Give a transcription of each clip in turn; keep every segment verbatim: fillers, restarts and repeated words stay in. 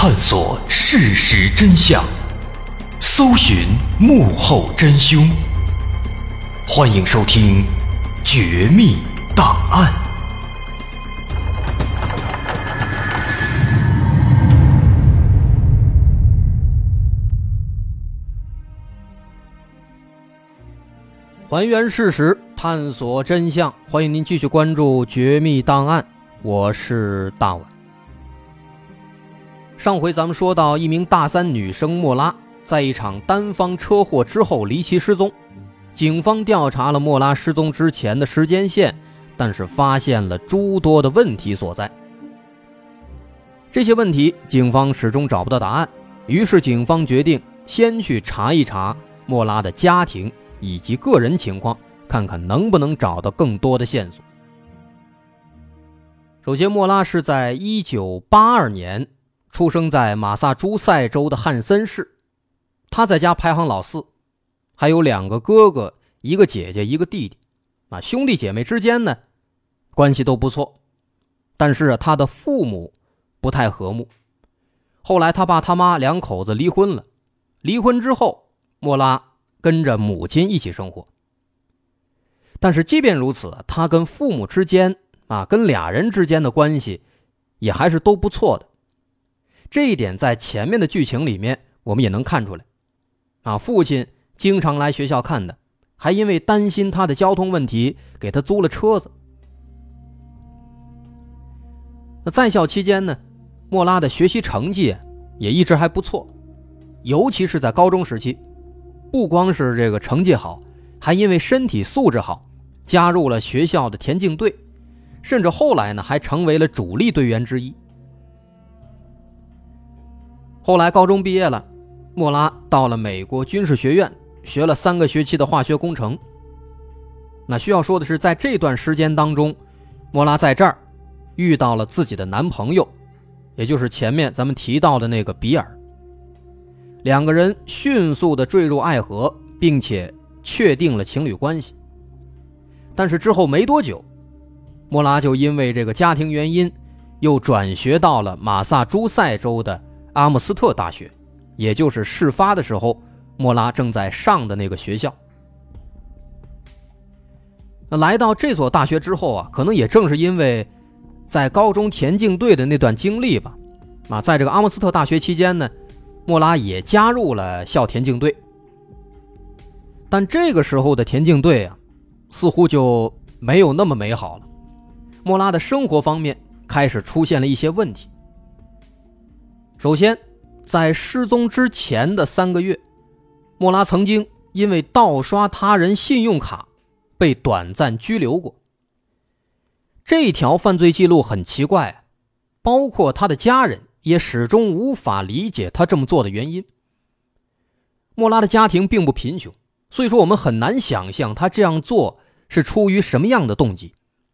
探索事实真相，搜寻幕后真凶。欢迎收听《绝密档案》。 还原事实，探索真相，欢迎您继续关注《绝密档案》，我是大碗。上回咱们说到，一名大三女生莫拉在一场单方车祸之后离奇失踪，警方调查了莫拉失踪之前的时间线，但是发现了诸多的问题所在。这些问题警方始终找不到答案，于是警方决定先去查一查莫拉的家庭以及个人情况，看看能不能找到更多的线索。首先，莫拉是在一九八二年出生在马萨诸塞州的汉森市，他在家排行老四，还有两个哥哥，一个姐姐，一个弟弟。啊，兄弟姐妹之间呢，关系都不错，但是啊，他的父母不太和睦。后来他爸他妈两口子离婚了，离婚之后，莫拉跟着母亲一起生活。但是即便如此，他跟父母之间啊，跟俩人之间的关系也还是都不错的。这一点在前面的剧情里面我们也能看出来。啊，父亲经常来学校看的，还因为担心他的交通问题给他租了车子。那在校期间呢，莫拉的学习成绩也一直还不错，尤其是在高中时期，不光是这个成绩好，还因为身体素质好，加入了学校的田径队，甚至后来呢还成为了主力队员之一。后来高中毕业了，莫拉到了美国军事学院，学了三个学期的化学工程。那需要说的是，在这段时间当中，莫拉在这儿遇到了自己的男朋友，也就是前面咱们提到的那个比尔。两个人迅速地坠入爱河，并且确定了情侣关系。但是之后没多久，莫拉就因为这个家庭原因，又转学到了马萨诸塞州的阿姆斯特大学，也就是事发的时候莫拉正在上的那个学校。那来到这所大学之后啊，可能也正是因为在高中田径队的那段经历吧，啊，在这个阿姆斯特大学期间呢，莫拉也加入了校田径队。但这个时候的田径队啊，似乎就没有那么美好了。莫拉的生活方面开始出现了一些问题。首先，在失踪之前的三个月，莫拉曾经因为盗刷他人信用卡被短暂拘留过。这条犯罪记录很奇怪，包括他的家人也始终无法理解他这么做的原因。莫拉的家庭并不贫穷，所以说我们很难想象他这样做是出于什么样的动机。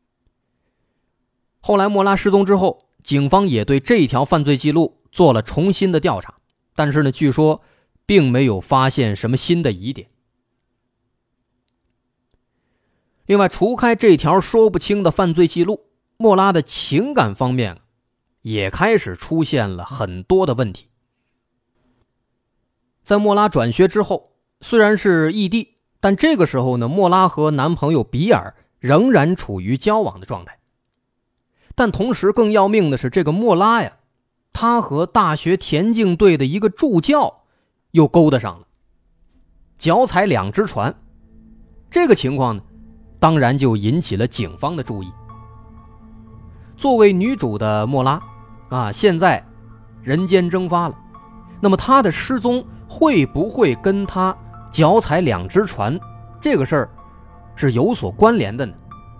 后来莫拉失踪之后，警方也对这条犯罪记录做了重新的调查，但是呢，据说并没有发现什么新的疑点。另外，除开这条说不清的犯罪记录，莫拉的情感方面也开始出现了很多的问题。在莫拉转学之后，虽然是异地，但这个时候呢，莫拉和男朋友比尔仍然处于交往的状态。但同时更要命的是，这个莫拉呀，他和大学田径队的一个助教又勾搭上了，脚踩两只船。这个情况呢，当然就引起了警方的注意。作为女主的莫拉啊，现在人间蒸发了，那么她的失踪会不会跟她脚踩两只船这个事儿是有所关联的呢？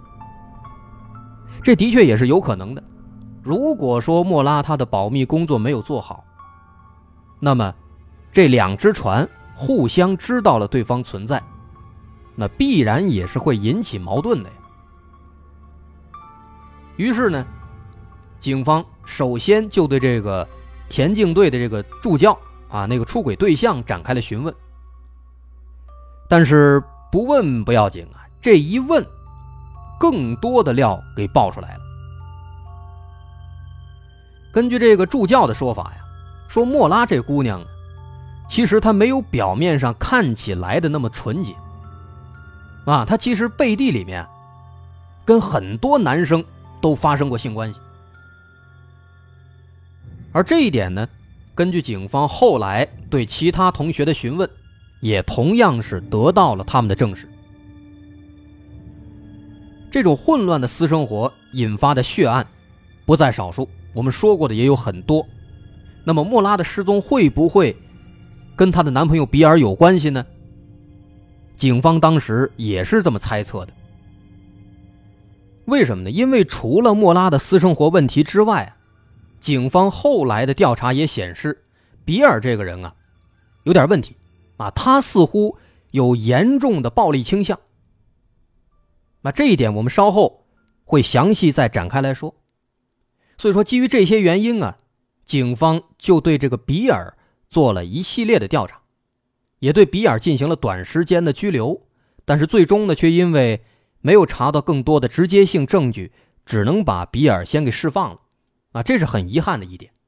这的确也是有可能的。如果说莫拉她的保密工作没有做好，那么这两只船互相知道了对方存在，那必然也是会引起矛盾的呀。于是呢，警方首先就对这个田径队的这个助教啊，那个出轨对象展开了询问。但是不问不要紧啊，这一问更多的料给爆出来了。根据这个助教的说法呀， 说莫拉这姑娘其实她没有表面上看起来的那么纯洁啊，她其实背地里面跟很多男生都发生过性关系。而这一点呢，根据警方后来对其他同学的询问，也同样是得到了他们的证实。这种混乱的私生活引发的血案不在少数，我们说过的也有很多。那么莫拉的失踪会不会跟她的男朋友比尔有关系呢？警方当时也是这么猜测的。为什么呢？因为除了莫拉的私生活问题之外，警方后来的调查也显示，比尔这个人啊有点问题啊，他似乎有严重的暴力倾向。那这一点我们稍后会详细再展开来说。所以说基于这些原因啊，警方就对这个比尔做了一系列的调查，也对比尔进行了短时间的拘留，但是最终呢却因为没有查到更多的直接性证据，只能把比尔先给释放了啊，这是很遗憾的一点。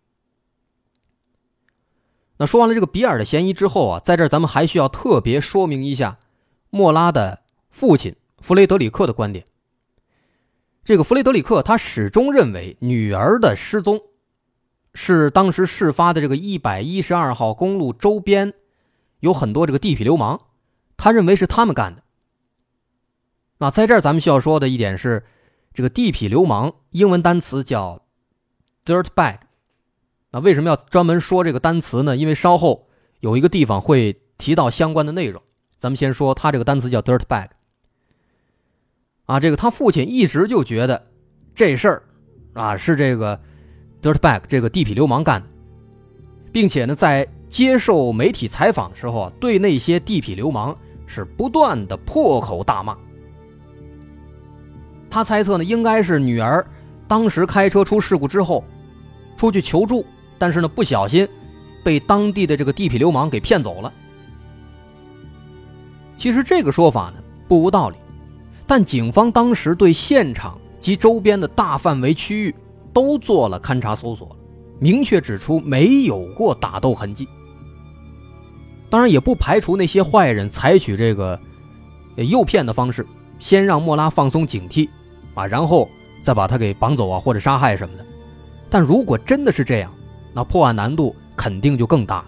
那说完了这个比尔的嫌疑之后啊，在这儿咱们还需要特别说明一下莫拉的父亲弗雷德里克的观点。这个弗雷德里克他始终认为女儿的失踪是当时事发的这个一百一十二号公路周边有很多这个地痞流氓，他认为是他们干的。那在这儿咱们需要说的一点是，这个地痞流氓英文单词叫 dirtbag。 那为什么要专门说这个单词呢？因为稍后有一个地方会提到相关的内容。咱们先说他这个单词叫 dirtbag。 啊，这个他父亲一直就觉得这事儿啊是这个 dirtbag 这个地痞流氓干的，并且呢在接受媒体采访的时候啊，对那些地痞流氓是不断的破口大骂。他猜测呢，应该是女儿当时开车出事故之后出去求助，但是呢不小心被当地的这个地痞流氓给骗走了。其实这个说法呢不无道理，但警方当时对现场及周边的大范围区域都做了勘查搜索，明确指出没有过打斗痕迹。当然也不排除那些坏人采取这个诱骗的方式，先让莫拉放松警惕啊，然后再把他给绑走啊，或者杀害什么的。但如果真的是这样，那破案难度肯定就更大了。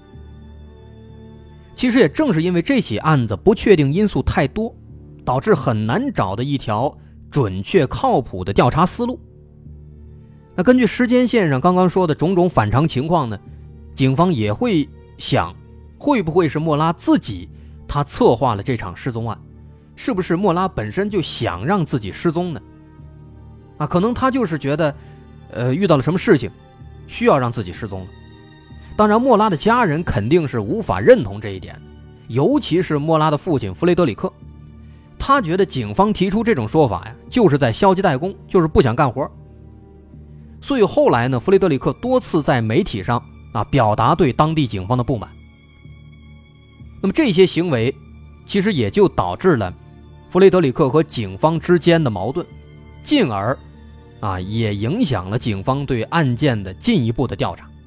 其实也正是因为这起案子不确定因素太多，导致很难找到一条准确靠谱的调查思路。那根据时间线上刚刚说的种种反常情况呢，警方也会想，会不会是莫拉自己他策划了这场失踪案？是不是莫拉本身就想让自己失踪呢？啊，可能他就是觉得呃，遇到了什么事情需要让自己失踪了。当然莫拉的家人肯定是无法认同这一点，尤其是莫拉的父亲弗雷德里克，他觉得警方提出这种说法呀，就是在消极怠工，就是不想干活。所以后来呢，弗雷德里克多次在媒体上啊表达对当地警方的不满。那么这些行为其实也就导致了弗雷德里克和警方之间的矛盾，进而啊也影响了警方对案件的进一步的调查。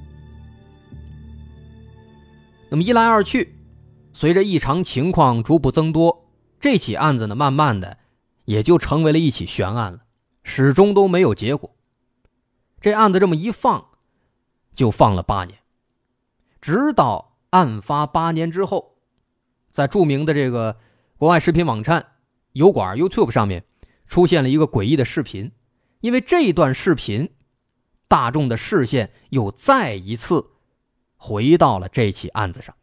那么一来二去，随着异常情况逐步增多，这起案子呢慢慢的也就成为了一起悬案了，始终都没有结果。这案子这么一放就放了八年，直到案发八年之后，在著名的这个国外视频网站油管 YouTube 上面出现了一个诡异的视频。因为这一段视频，大众的视线又再一次回到了这起案子上。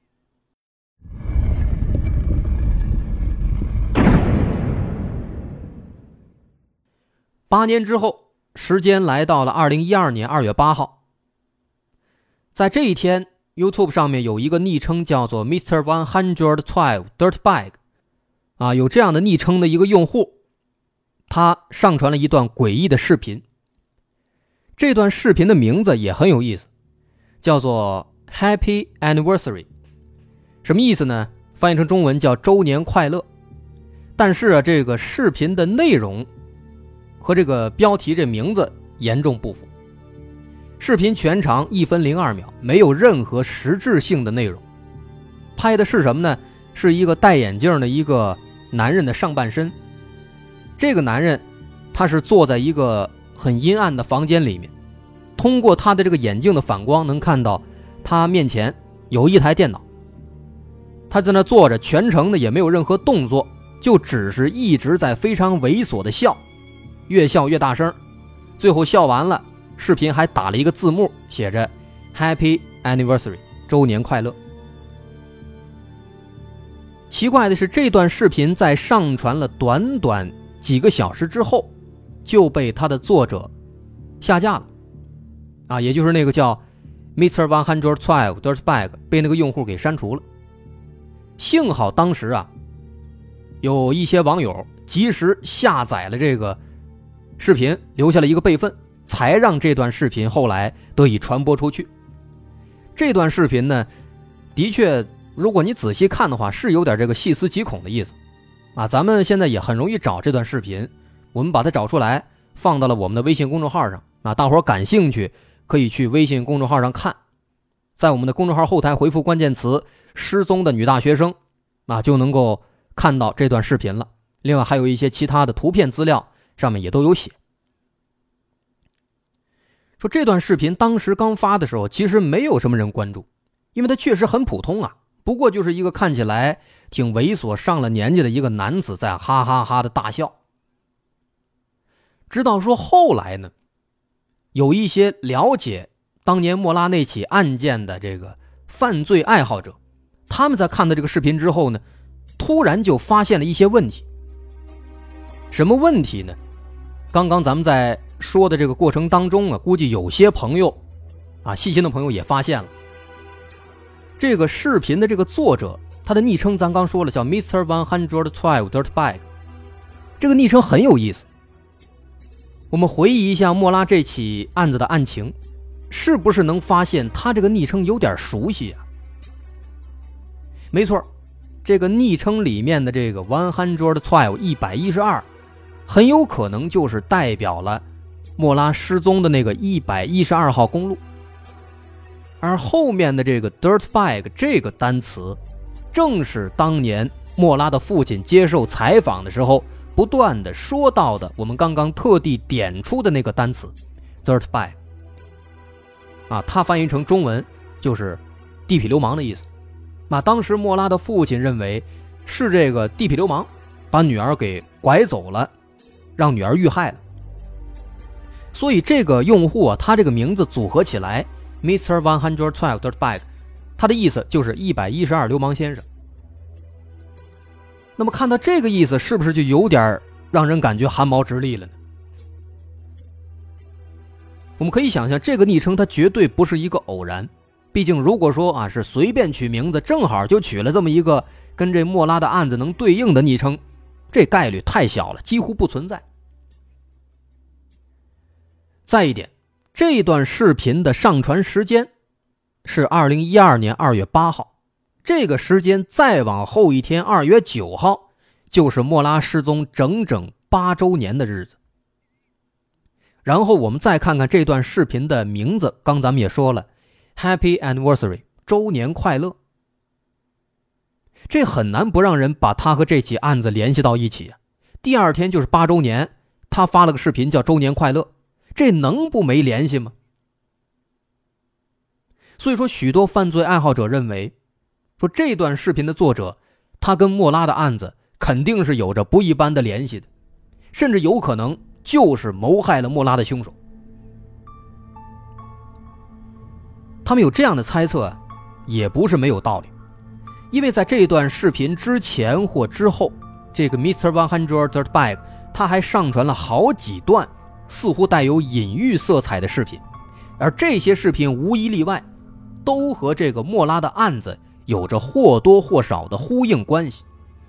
八年之后，时间来到了二零一二年二月八号。在这一天， YouTube 上面有一个昵称叫做 Mister one hundred twelve Dirtbag 啊，有这样的昵称的一个用户，他上传了一段诡异的视频。这段视频的名字也很有意思，叫做 Happy Anniversary。 什么意思呢？翻译成中文叫周年快乐。但是啊，这个视频的内容和这个标题这名字严重不符。 视频全长一分零二秒，没有任何实质性的内容。拍的是什么呢？是一个戴眼镜的一个男人的上半身。这个男人他是坐在一个很阴暗的房间里面，通过他的这个眼镜的反光能看到他面前有一台电脑，他在那坐着，全程呢也没有任何动作，就只是一直在非常猥琐的笑，越笑越大声，最后笑完了，视频还打了一个字幕，写着 Happy Anniversary 周年快乐。奇怪的是，这段视频在上传了短短几个小时之后就被他的作者下架了啊，也就是那个叫 Mister one twelve Dirtbag 被那个用户给删除了。幸好当时啊有一些网友及时下载了这个视频，留下了一个备份，才让这段视频后来得以传播出去。这段视频呢，的确如果你仔细看的话，是有点这个细思极恐的意思啊。咱们现在也很容易找这段视频，我们把它找出来放到了我们的微信公众号上啊，大伙儿感兴趣可以去微信公众号上看，在我们的公众号后台回复关键词失踪的女大学生啊，就能够看到这段视频了。另外还有一些其他的图片资料上面也都有写。说这段视频当时刚发的时候其实没有什么人关注，因为它确实很普通啊，不过就是一个看起来挺猥琐上了年纪的一个男子在哈哈哈的大笑。直到说后来呢，有一些了解当年莫拉那起案件的这个犯罪爱好者，他们在看到这个视频之后呢，突然就发现了一些问题。什么问题呢？刚刚咱们在说的这个过程当中啊，估计有些朋友啊，细心的朋友也发现了，这个视频的这个作者，他的昵称咱刚说了叫 Mister one twelve Dirtbag， 这个昵称很有意思。我们回忆一下莫拉这起案子的案情，是不是能发现他这个昵称有点熟悉啊？没错，这个昵称里面的这个一百一十二一百一十二很有可能就是代表了莫拉失踪的那个一百一十二号公路。而后面的这个 dirtbag 这个单词正是当年莫拉的父亲接受采访的时候不断的说到的，我们刚刚特地点出的那个单词 dirtbag 啊，它翻译成中文就是地痞流氓的意思。那当时莫拉的父亲认为是这个地痞流氓把女儿给拐走了，让女儿遇害了，所以这个用户啊，他这个名字组合起来 Mister one twelve Dirtbag， 他的意思就是一百一十二流氓先生。那么看到这个意思，是不是就有点让人感觉汗毛直立了呢？我们可以想象，这个昵称它绝对不是一个偶然，毕竟如果说啊是随便取名字，正好就取了这么一个跟这莫拉的案子能对应的昵称，这概率太小了，几乎不存在。再一点，这段视频的上传时间是二零一二年二月八号，这个时间再往后一天二月九号就是莫拉失踪整整八周年的日子。然后我们再看看这段视频的名字，刚咱们也说了 Happy Anniversary 周年快乐，这很难不让人把他和这起案子联系到一起啊。第二天就是八周年，他发了个视频叫周年快乐，这能不没联系吗？所以说许多犯罪爱好者认为，说这段视频的作者他跟莫拉的案子肯定是有着不一般的联系的，甚至有可能就是谋害了莫拉的凶手。他们有这样的猜测啊，也不是没有道理，因为在这段视频之前或之后，这个 Mister one Dirtbag 他还上传了好几段似乎带有隐喻色彩的视频，而这些视频无一例外都和这个莫拉的案子有着或多或少的呼应关系。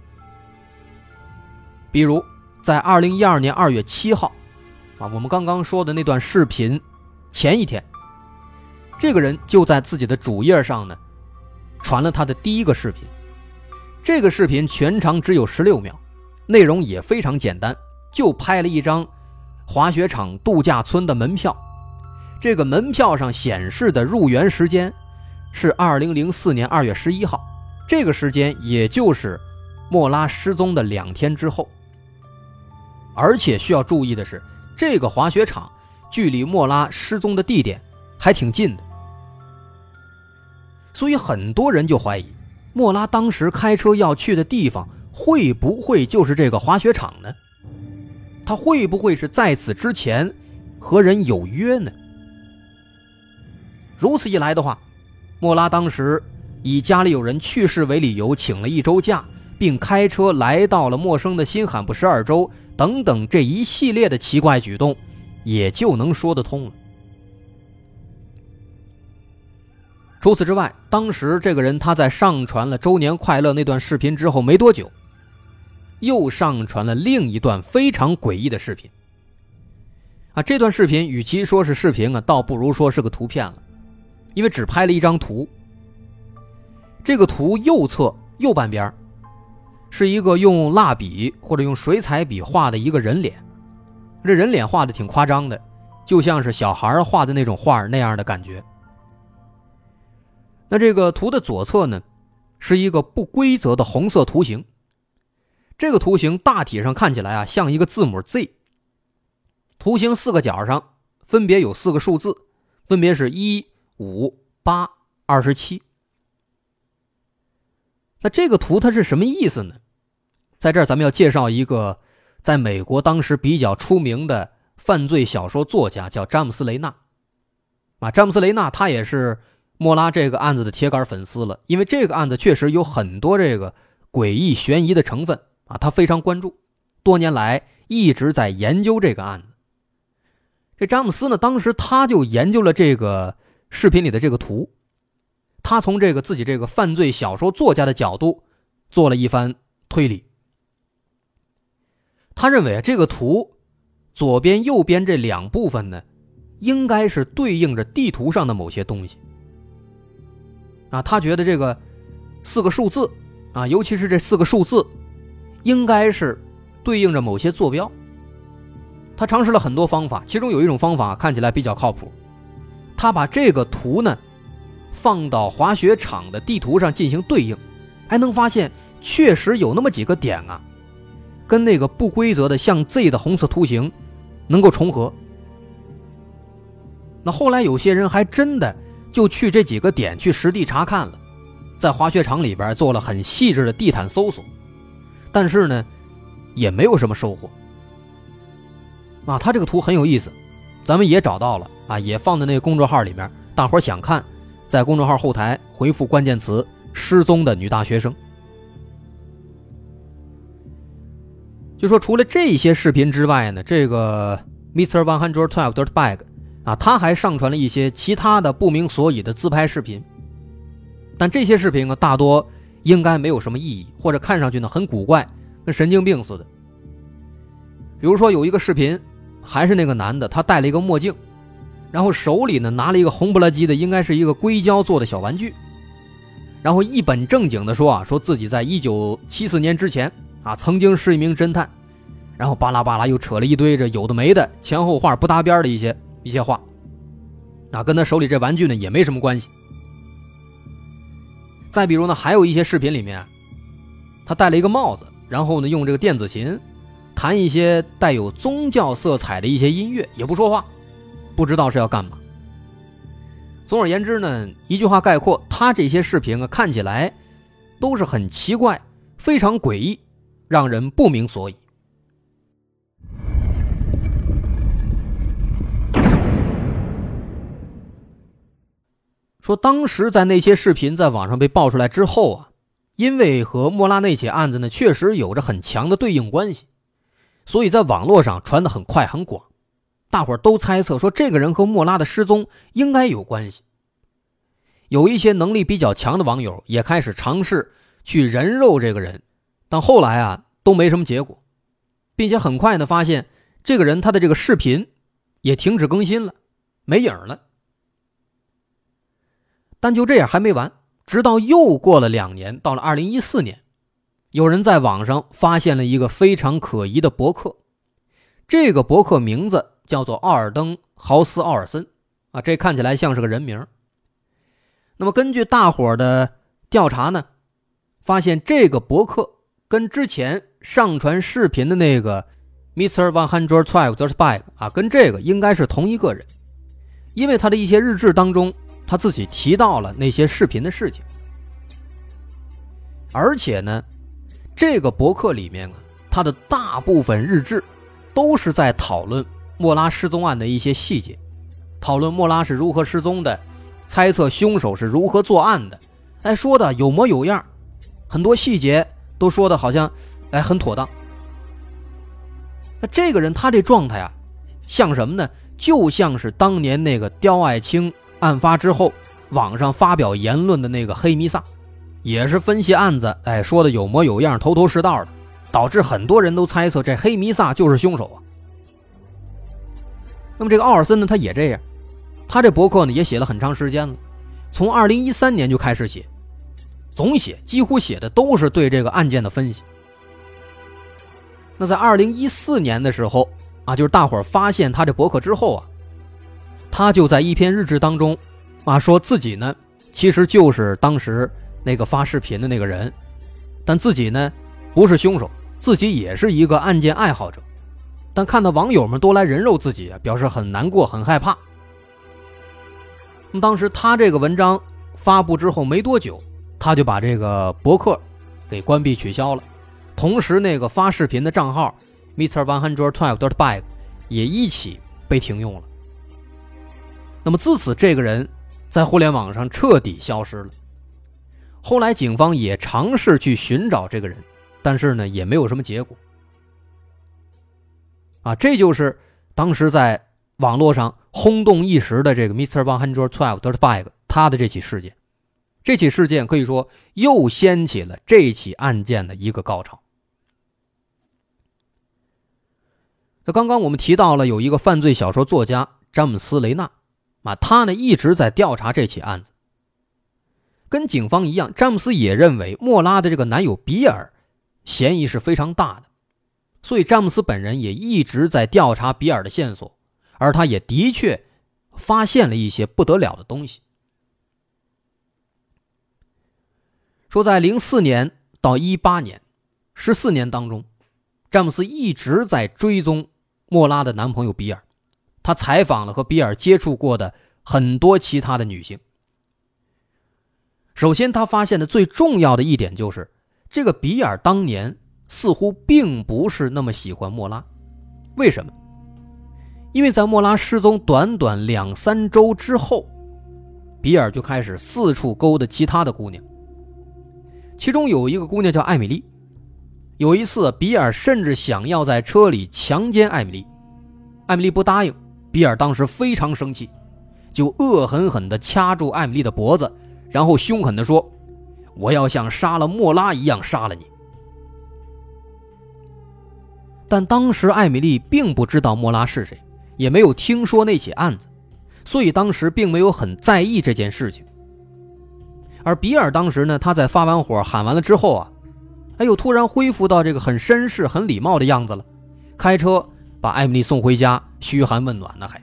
比如在二零一二年二月七号啊，我们刚刚说的那段视频前一天，这个人就在自己的主页上呢传了他的第一个视频。这个视频全长只有十六秒，内容也非常简单，就拍了一张滑雪场度假村的门票。 这个门票上显示的入园时间是二零零四年二月十一号，这个时间也就是莫拉失踪的两天之后。而且需要注意的是，这个滑雪场距离莫拉失踪的地点还挺近的，所以很多人就怀疑莫拉当时开车要去的地方会不会就是这个滑雪场呢？他会不会是在此之前和人有约呢？如此一来的话，莫拉当时以家里有人去世为理由请了一周假，并开车来到了陌生的新罕布什尔州等等这一系列的奇怪举动也就能说得通了。除此之外，当时这个人他在上传了周年快乐那段视频之后没多久，又上传了另一段非常诡异的视频啊！这段视频与其说是视频啊，倒不如说是个图片了，因为只拍了一张图。这个图右侧右半边是一个用蜡笔或者用水彩笔画的一个人脸，这人脸画的挺夸张的，就像是小孩画的那种画那样的感觉。那这个图的左侧呢，是一个不规则的红色图形，这个图形大体上看起来啊，像一个字母 Z。 图形四个角上分别有四个数字，分别是一、五、八、二十七。那这个图它是什么意思呢？在这儿咱们要介绍一个在美国当时比较出名的犯罪小说作家，叫詹姆斯·雷纳啊。詹姆斯·雷纳他也是莫拉这个案子的铁杆粉丝了，因为这个案子确实有很多这个诡异悬疑的成分啊，他非常关注，多年来一直在研究这个案子。这詹姆斯呢，当时他就研究了这个视频里的这个图，他从这个自己这个犯罪小说作家的角度做了一番推理。他认为这个图左边右边这两部分呢，应该是对应着地图上的某些东西啊。他觉得这个四个数字啊，尤其是这四个数字应该是对应着某些坐标。他尝试了很多方法，其中有一种方法看起来比较靠谱，他把这个图呢放到滑雪场的地图上进行对应，还能发现确实有那么几个点啊，跟那个不规则的像 Z 的红色图形能够重合。那后来有些人还真的就去这几个点去实地查看了，在滑雪场里边做了很细致的地毯搜索，但是呢也没有什么收获啊。他这个图很有意思，咱们也找到了啊，也放在那个公众号里面，大伙想看在公众号后台回复关键词失踪的女大学生。就说除了这些视频之外呢，这个 mister one twelve Dirtbag 啊，他还上传了一些其他的不明所以的自拍视频，但这些视频呢大多应该没有什么意义，或者看上去呢很古怪，跟神经病似的。比如说有一个视频，还是那个男的，他戴了一个墨镜，然后手里呢拿了一个红不拉几的，应该是一个硅胶做的小玩具，然后一本正经的说啊，说自己在一九七四年之前啊曾经是一名侦探，然后巴拉巴拉又扯了一堆这有的没的前后话不搭边的一些一些话，啊跟他手里这玩具呢也没什么关系。再比如呢，还有一些视频里面他戴了一个帽子，然后呢用这个电子琴弹一些带有宗教色彩的一些音乐，也不说话，不知道是要干嘛。总而言之呢，一句话概括，他这些视频啊看起来都是很奇怪，非常诡异，让人不明所以。说当时在那些视频在网上被爆出来之后啊，因为和莫拉那起案子呢确实有着很强的对应关系，所以在网络上传得很快很广，大伙儿都猜测说这个人和莫拉的失踪应该有关系。有一些能力比较强的网友也开始尝试去人肉这个人，但后来啊都没什么结果，并且很快呢发现这个人他的这个视频也停止更新了，没影了。但就这样还没完，直到又过了两年，到了二零一四年，有人在网上发现了一个非常可疑的博客，这个博客名字叫做奥尔登豪斯奥尔森啊，这看起来像是个人名。那么根据大伙的调查呢，发现这个博客跟之前上传视频的那个 mister one hundred twelve dirtbag 啊，跟这个应该是同一个人，因为他的一些日志当中，他自己提到了那些视频的事情。而且呢，这个博客里面啊，他的大部分日志都是在讨论莫拉失踪案的一些细节，讨论莫拉是如何失踪的，猜测凶手是如何作案的，哎，说的有模有样，很多细节都说的好像哎很妥当。那这个人他这状态啊，像什么呢？就像是当年那个刁爱青案发之后网上发表言论的那个黑弥撒，也是分析案子，哎，说的有模有样，头头是道的，导致很多人都猜测这黑弥撒就是凶手啊。那么这个奥尔森呢，他也这样，他这博客呢也写了很长时间了，从二零一三年就开始写，总写，几乎写的都是对这个案件的分析。那在二零一四年的时候啊，就是大伙儿发现他这博客之后啊，他就在一篇日志当中啊，说自己呢其实就是当时那个发视频的那个人，但自己呢不是凶手，自己也是一个案件爱好者，但看到网友们都来人肉自己，表示很难过很害怕。那么当时他这个文章发布之后没多久，他就把这个博客给关闭取消了，同时那个发视频的账号 mister one hundred twelve dirtbag 也一起被停用了。那么自此这个人在互联网上彻底消失了。后来警方也尝试去寻找这个人，但是呢也没有什么结果。啊，这就是当时在网络上轰动一时的这个 mister one hundred twelve dirtbag 他的这起事件。这起事件可以说又掀起了这起案件的一个高潮。那刚刚我们提到了有一个犯罪小说作家詹姆斯·雷纳啊，他呢一直在调查这起案子。跟警方一样，詹姆斯也认为莫拉的这个男友比尔嫌疑是非常大的，所以詹姆斯本人也一直在调查比尔的线索，而他也的确发现了一些不得了的东西。说在零四年到一八年十四年当中，詹姆斯一直在追踪莫拉的男朋友比尔，他采访了和比尔接触过的很多其他的女性。首先他发现的最重要的一点就是，这个比尔当年似乎并不是那么喜欢莫拉。为什么？因为在莫拉失踪短短两三周之后，比尔就开始四处勾搭其他的姑娘，其中有一个姑娘叫艾米丽。有一次比尔甚至想要在车里强奸艾米丽，艾米丽不答应，比尔当时非常生气，就恶狠狠地掐住艾米丽的脖子，然后凶狠地说，我要像杀了莫拉一样杀了你。但当时艾米丽并不知道莫拉是谁，也没有听说那起案子，所以当时并没有很在意这件事情。而比尔当时呢，他在发完火喊完了之后啊，哎呦，突然恢复到这个很绅士很礼貌的样子了，开车把艾米丽送回家，嘘寒问暖呢还。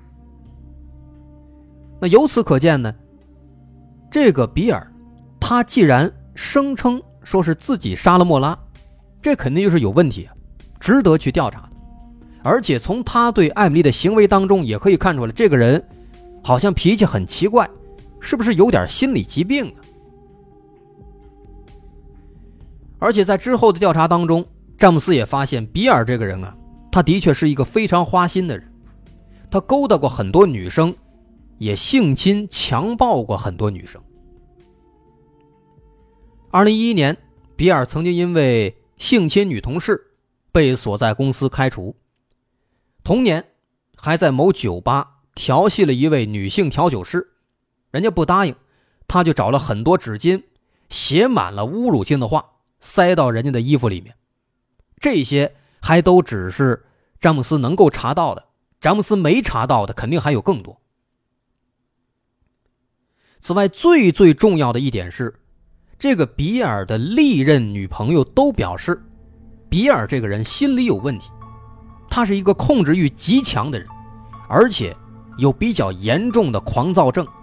那由此可见呢，这个比尔他既然声称说是自己杀了莫拉，这肯定就是有问题啊，值得去调查的。而且从他对艾米丽的行为当中也可以看出来，这个人好像脾气很奇怪，是不是有点心理疾病啊？而且在之后的调查当中，詹姆斯也发现比尔这个人啊，他的确是一个非常花心的人，他勾搭过很多女生，也性侵强暴过很多女生。二零一一年，比尔曾经因为性侵女同事被所在公司开除，同年还在某酒吧调戏了一位女性调酒师，人家不答应，他就找了很多纸巾，写满了侮辱性的话，塞到人家的衣服里面。这些还都只是詹姆斯能够查到的，詹姆斯没查到的肯定还有更多。此外，最最重要的一点是，这个比尔的历任女朋友都表示，比尔这个人心理有问题，他是一个控制欲极强的人，而且有比较严重的狂躁症。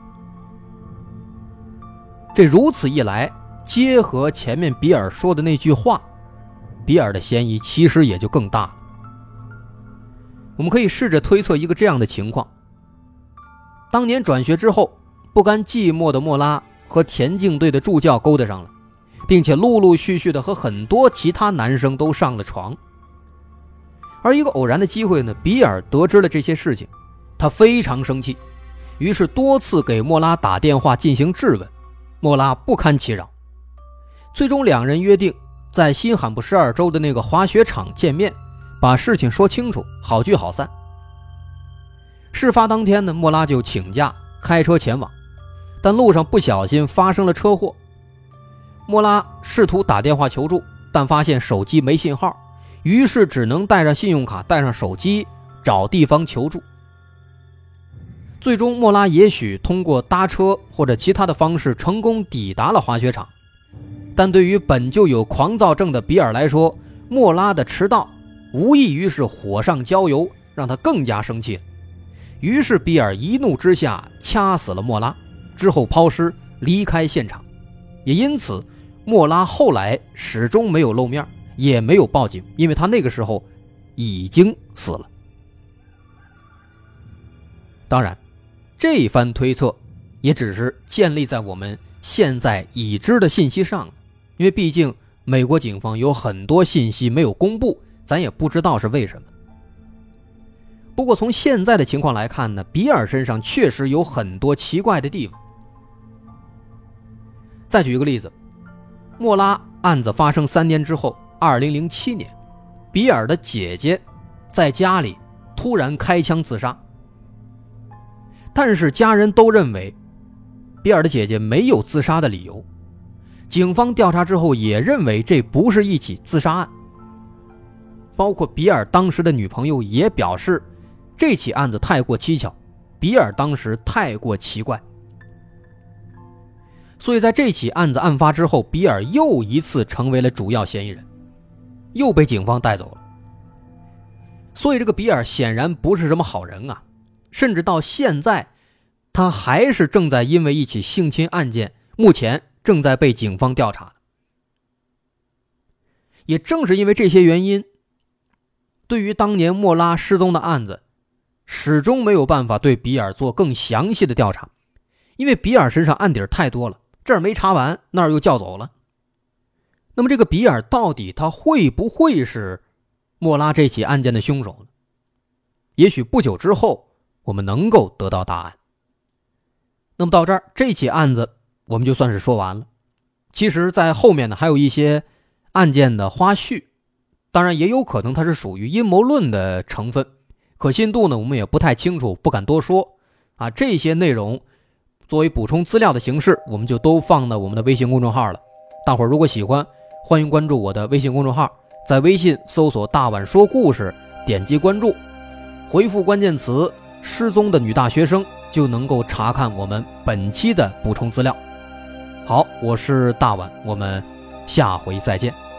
这如此一来，结合前面比尔说的那句话，比尔的嫌疑其实也就更大了。我们可以试着推测一个这样的情况：当年转学之后，不甘寂寞的莫拉和田径队的助教勾搭上了，并且陆陆续续的和很多其他男生都上了床。而一个偶然的机会呢，比尔得知了这些事情，他非常生气，于是多次给莫拉打电话进行质问，莫拉不堪其扰。最终两人约定在新罕布什尔州的那个滑雪场见面，把事情说清楚，好聚好散。事发当天呢，莫拉就请假开车前往，但路上不小心发生了车祸。莫拉试图打电话求助，但发现手机没信号，于是只能带上信用卡，带上手机找地方求助。最终莫拉也许通过搭车或者其他的方式成功抵达了滑雪场，但对于本就有狂躁症的比尔来说，莫拉的迟到无异于是火上浇油，让他更加生气了。于是比尔一怒之下掐死了莫拉，之后抛尸离开现场。也因此莫拉后来始终没有露面，也没有报警，因为他那个时候已经死了。当然这番推测也只是建立在我们现在已知的信息上，因为毕竟美国警方有很多信息没有公布，咱也不知道是为什么。不过从现在的情况来看呢，比尔身上确实有很多奇怪的地方。再举一个例子，莫拉案子发生三年之后，二零零七年，比尔的姐姐在家里突然开枪自杀，但是家人都认为比尔的姐姐没有自杀的理由，警方调查之后也认为这不是一起自杀案。包括比尔当时的女朋友也表示，这起案子太过蹊跷，比尔当时太过奇怪。所以在这起案子案发之后，比尔又一次成为了主要嫌疑人，又被警方带走了。所以这个比尔显然不是什么好人啊，甚至到现在他还是正在因为一起性侵案件，目前正在被警方调查。也正是因为这些原因，对于当年莫拉失踪的案子，始终没有办法对比尔做更详细的调查，因为比尔身上案底太多了，这儿没查完，那儿又叫走了。那么这个比尔到底他会不会是莫拉这起案件的凶手呢？也许不久之后我们能够得到答案。那么到这儿，这起案子我们就算是说完了。其实在后面呢还有一些案件的花絮，当然也有可能它是属于阴谋论的成分，可信度呢我们也不太清楚，不敢多说啊。这些内容作为补充资料的形式，我们就都放到我们的微信公众号了。大伙儿如果喜欢，欢迎关注我的微信公众号，在微信搜索大碗说故事，点击关注，回复关键词失踪的女大学生，就能够查看我们本期的补充资料。好，我是大碗，我们下回再见。